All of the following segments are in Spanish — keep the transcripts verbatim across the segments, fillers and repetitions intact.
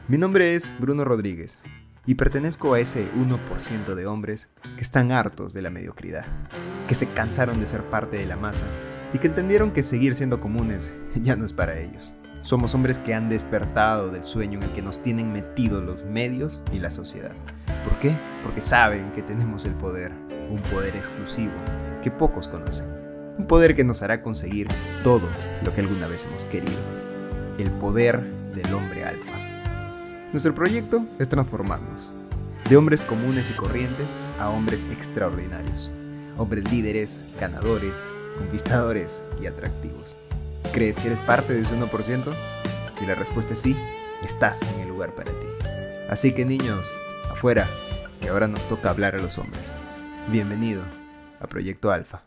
Mi nombre es Bruno Rodríguez y pertenezco a ese uno por ciento de hombres que están hartos de la mediocridad, que se cansaron de ser parte de la masa y que entendieron que seguir siendo comunes ya no es para ellos. Somos hombres que han despertado del sueño en el que nos tienen metidos los medios y la sociedad. ¿Por qué? Porque saben que tenemos el poder, un poder exclusivo que pocos conocen. Un poder que nos hará conseguir todo lo que alguna vez hemos querido. El poder del hombre alfa. Nuestro proyecto es transformarnos de hombres comunes y corrientes a hombres extraordinarios. Hombres líderes, ganadores, conquistadores y atractivos. ¿Crees que eres parte de ese uno por ciento? Si la respuesta es sí, estás en el lugar para ti. Así que niños, afuera, que ahora nos toca hablar a los hombres. Bienvenido a Proyecto Alfa.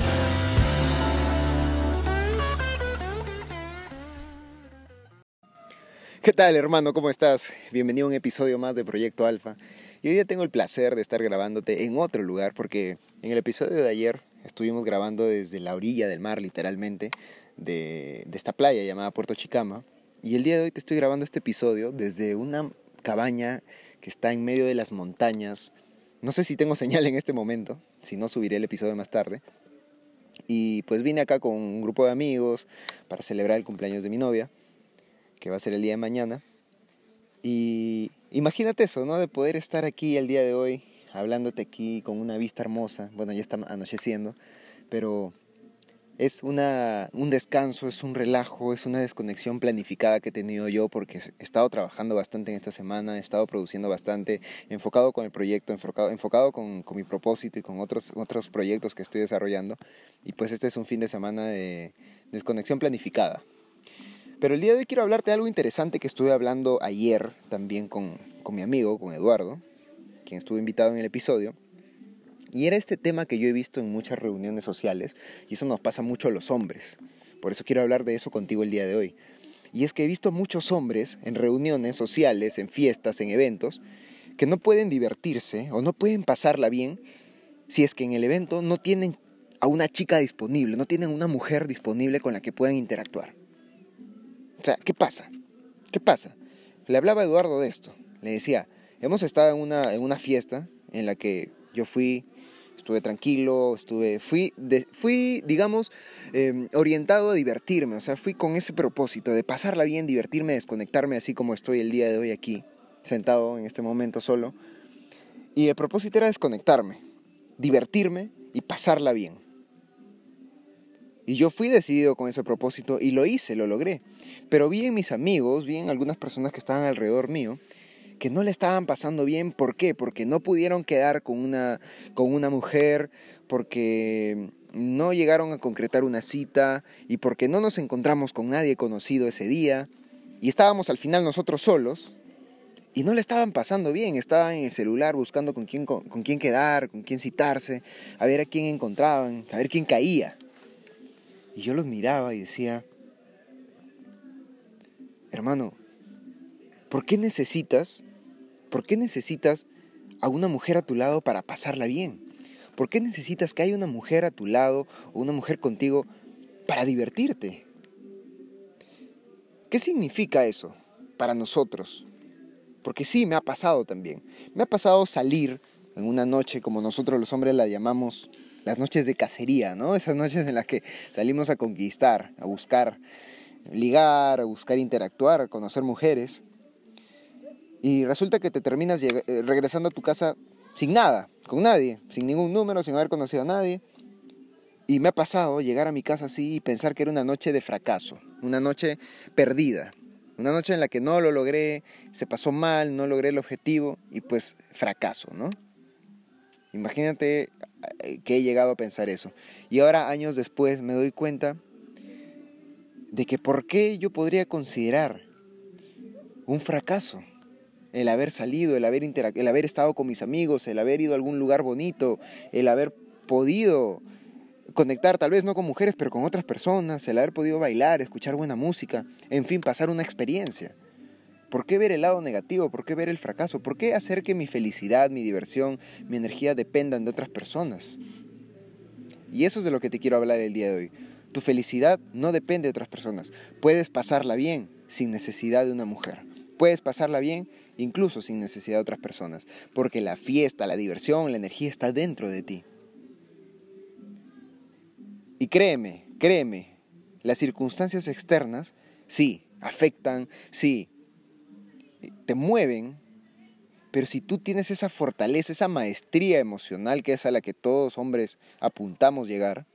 ¿Qué tal, hermano? ¿Cómo estás? Bienvenido a un episodio más de Proyecto Alfa. Y hoy día tengo el placer de estar grabándote en otro lugar, porque en el episodio de ayer estuvimos grabando desde la orilla del mar, literalmente, de, de esta playa llamada Puerto Chicama. Y el día de hoy te estoy grabando este episodio desde una cabaña que está en medio de las montañas. No sé si tengo señal en este momento, si no subiré el episodio más tarde. Y pues vine acá con un grupo de amigos para celebrar el cumpleaños de mi novia, que va a ser el día de mañana. Y imagínate eso, ¿no? De poder estar aquí el día de hoy, hablándote aquí con una vista hermosa. Bueno, ya está anocheciendo, pero es una, un descanso, es un relajo, es una desconexión planificada que he tenido yo, porque he estado trabajando bastante en esta semana, he estado produciendo bastante, enfocado con el proyecto, enfocado, enfocado con, con mi propósito y con otros, otros proyectos que estoy desarrollando. Y pues este es un fin de semana de desconexión planificada. Pero el día de hoy quiero hablarte de algo interesante que estuve hablando ayer también con, con mi amigo, con Eduardo, quien estuvo invitado en el episodio. Y era este tema que yo he visto en muchas reuniones sociales, y eso nos pasa mucho a los hombres. Por eso quiero hablar de eso contigo el día de hoy. Y es que he visto muchos hombres en reuniones sociales, en fiestas, en eventos, que no pueden divertirse o no pueden pasarla bien si es que en el evento no tienen a una chica disponible, no tienen una mujer disponible con la que puedan interactuar. O sea, ¿qué pasa? ¿Qué pasa? Le hablaba a Eduardo de esto. Le decía, hemos estado en una, en una fiesta en la que yo fui, estuve tranquilo, estuve, fui, de, fui digamos, eh, orientado a divertirme. O sea, fui con ese propósito de pasarla bien, divertirme, desconectarme, así como estoy el día de hoy aquí, sentado en este momento solo. Y el propósito era desconectarme, divertirme y pasarla bien. Y yo fui decidido con ese propósito y lo hice, lo logré. Pero vi en mis amigos, vi en algunas personas que estaban alrededor mío, que no le estaban pasando bien. ¿Por qué? Porque no pudieron quedar con una, con una mujer, porque no llegaron a concretar una cita y porque no nos encontramos con nadie conocido ese día. Y estábamos al final nosotros solos y no le estaban pasando bien. Estaban en el celular buscando con quién, con, con quién quedar, con quién citarse, a ver a quién encontraban, a ver quién caía. Y yo los miraba y decía, hermano, ¿por qué necesitas, por qué necesitas a una mujer a tu lado para pasarla bien? ¿Por qué necesitas que haya una mujer a tu lado o una mujer contigo para divertirte? ¿Qué significa eso para nosotros? Porque sí, me ha pasado también. Me ha pasado salir en una noche, como nosotros los hombres la llamamos, las noches de cacería, ¿no? Esas noches en las que salimos a conquistar, a buscar ligar, a buscar interactuar, a conocer mujeres. Y resulta que te terminas lleg- eh, regresando a tu casa sin nada, con nadie, sin ningún número, sin haber conocido a nadie. Y me ha pasado llegar a mi casa así y pensar que era una noche de fracaso, una noche perdida. Una noche en la que no lo logré, se pasó mal, no logré el objetivo y pues fracaso, ¿no? Imagínate que he llegado a pensar eso. Y ahora, años después, me doy cuenta de que por qué yo podría considerar un fracaso el haber salido, el haber, interac- el haber estado con mis amigos, el haber ido a algún lugar bonito, el haber podido conectar, tal vez no con mujeres, pero con otras personas, el haber podido bailar, escuchar buena música, en fin, pasar una experiencia. ¿Por qué ver el lado negativo? ¿Por qué ver el fracaso? ¿Por qué hacer que mi felicidad, mi diversión, mi energía dependan de otras personas? Y eso es de lo que te quiero hablar el día de hoy. Tu felicidad no depende de otras personas. Puedes pasarla bien sin necesidad de una mujer. Puedes pasarla bien, incluso sin necesidad de otras personas, porque la fiesta, la diversión, la energía está dentro de ti. Y créeme, créeme, las circunstancias externas, sí, afectan, sí, te mueven, pero si tú tienes esa fortaleza, esa maestría emocional que es a la que todos hombres apuntamos llegar,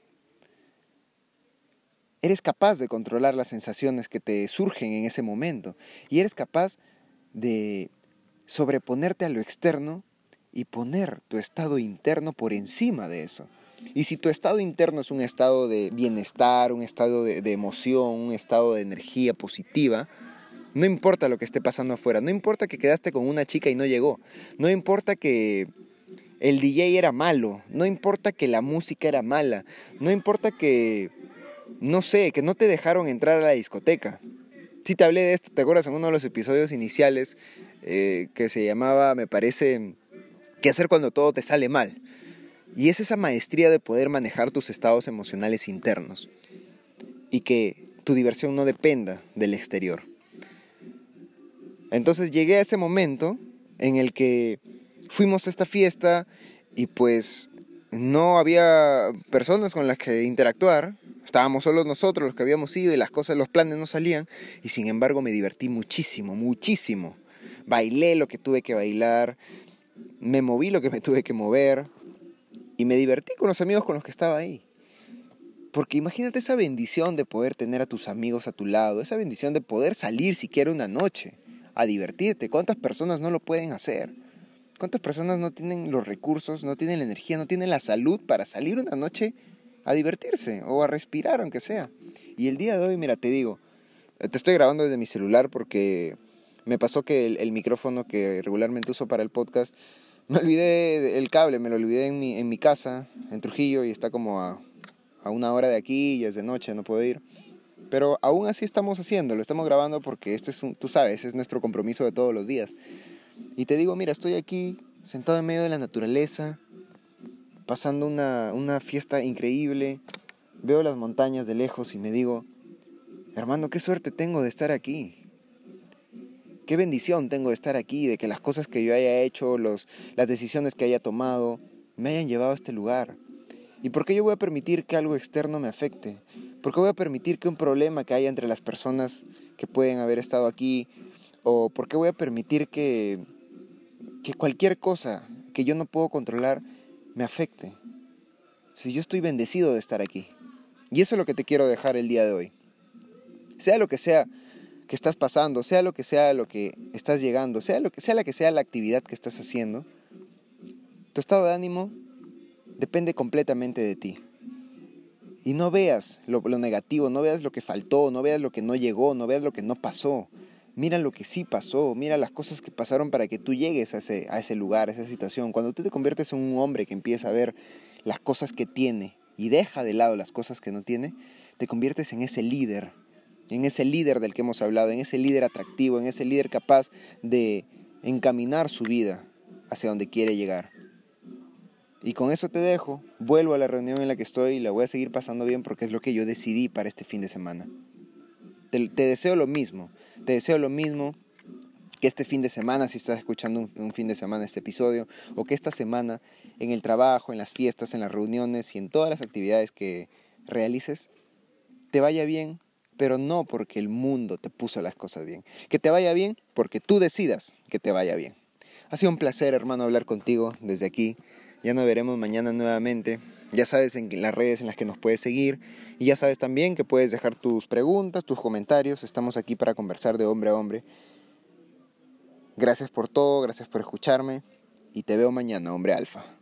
eres capaz de controlar las sensaciones que te surgen en ese momento y eres capaz de sobreponerte a lo externo y poner tu estado interno por encima de eso. Y si tu estado interno es un estado de bienestar, un estado de, de emoción, un estado de energía positiva, no importa lo que esté pasando afuera, no importa que quedaste con una chica y no llegó, no importa que el D J era malo, no importa que la música era mala, no importa que, no sé, que no te dejaron entrar a la discoteca. Sí te hablé de esto, ¿te acuerdas? En uno de los episodios iniciales eh, que se llamaba, me parece, ¿qué hacer cuando todo te sale mal? Y es esa maestría de poder manejar tus estados emocionales internos y que tu diversión no dependa del exterior. Entonces llegué a ese momento en el que fuimos a esta fiesta y pues no había personas con las que interactuar. Estábamos solos nosotros los que habíamos ido y las cosas, los planes no salían. Y sin embargo me divertí muchísimo, muchísimo. Bailé lo que tuve que bailar, me moví lo que me tuve que mover y me divertí con los amigos con los que estaba ahí. Porque imagínate esa bendición de poder tener a tus amigos a tu lado, esa bendición de poder salir siquiera una noche a divertirte. ¿Cuántas personas no lo pueden hacer? ¿Cuántas personas no tienen los recursos, no tienen la energía, no tienen la salud para salir una noche a divertirse o a respirar, aunque sea? Y el día de hoy, mira, te digo, te estoy grabando desde mi celular porque me pasó que el, el micrófono que regularmente uso para el podcast, me olvidé el cable, me lo olvidé en mi, en mi casa, en Trujillo, y está como a, a una hora de aquí, y es de noche, no puedo ir. Pero aún así estamos haciéndolo, estamos grabando porque este es un, tú sabes, es nuestro compromiso de todos los días. Y te digo, mira, estoy aquí, sentado en medio de la naturaleza, pasando una, una fiesta increíble, veo las montañas de lejos y me digo, hermano, qué suerte tengo de estar aquí. Qué bendición tengo de estar aquí, de que las cosas que yo haya hecho, los, las decisiones que haya tomado, me hayan llevado a este lugar. ¿Y por qué yo voy a permitir que algo externo me afecte? ¿Por qué voy a permitir que un problema que haya entre las personas que pueden haber estado aquí? ¿O por qué voy a permitir que, que cualquier cosa que yo no puedo controlar me afecte? Si yo estoy bendecido de estar aquí. Y eso es lo que te quiero dejar el día de hoy. Sea lo que sea que estás pasando, sea lo que sea lo que estás llegando, sea lo que sea la que sea la actividad que estás haciendo, tu estado de ánimo depende completamente de ti. Y no veas lo, lo negativo, no veas lo que faltó, no veas lo que no llegó, no veas lo que no pasó. Mira lo que sí pasó, mira las cosas que pasaron para que tú llegues a ese, a ese lugar, a esa situación. Cuando tú te conviertes en un hombre que empieza a ver las cosas que tiene y deja de lado las cosas que no tiene, te conviertes en ese líder, en ese líder del que hemos hablado, en ese líder atractivo, en ese líder capaz de encaminar su vida hacia donde quiere llegar. Y con eso te dejo, vuelvo a la reunión en la que estoy y la voy a seguir pasando bien porque es lo que yo decidí para este fin de semana. Te, te deseo lo mismo, te deseo lo mismo que este fin de semana, si estás escuchando un, un fin de semana este episodio, o que esta semana en el trabajo, en las fiestas, en las reuniones y en todas las actividades que realices, te vaya bien, pero no porque el mundo te puso las cosas bien. Que te vaya bien porque tú decidas que te vaya bien. Ha sido un placer, hermano, hablar contigo desde aquí. Ya nos veremos mañana nuevamente. Ya sabes en las redes en las que nos puedes seguir. Y ya sabes también que puedes dejar tus preguntas, tus comentarios. Estamos aquí para conversar de hombre a hombre. Gracias por todo, gracias por escucharme. Y te veo mañana, hombre alfa.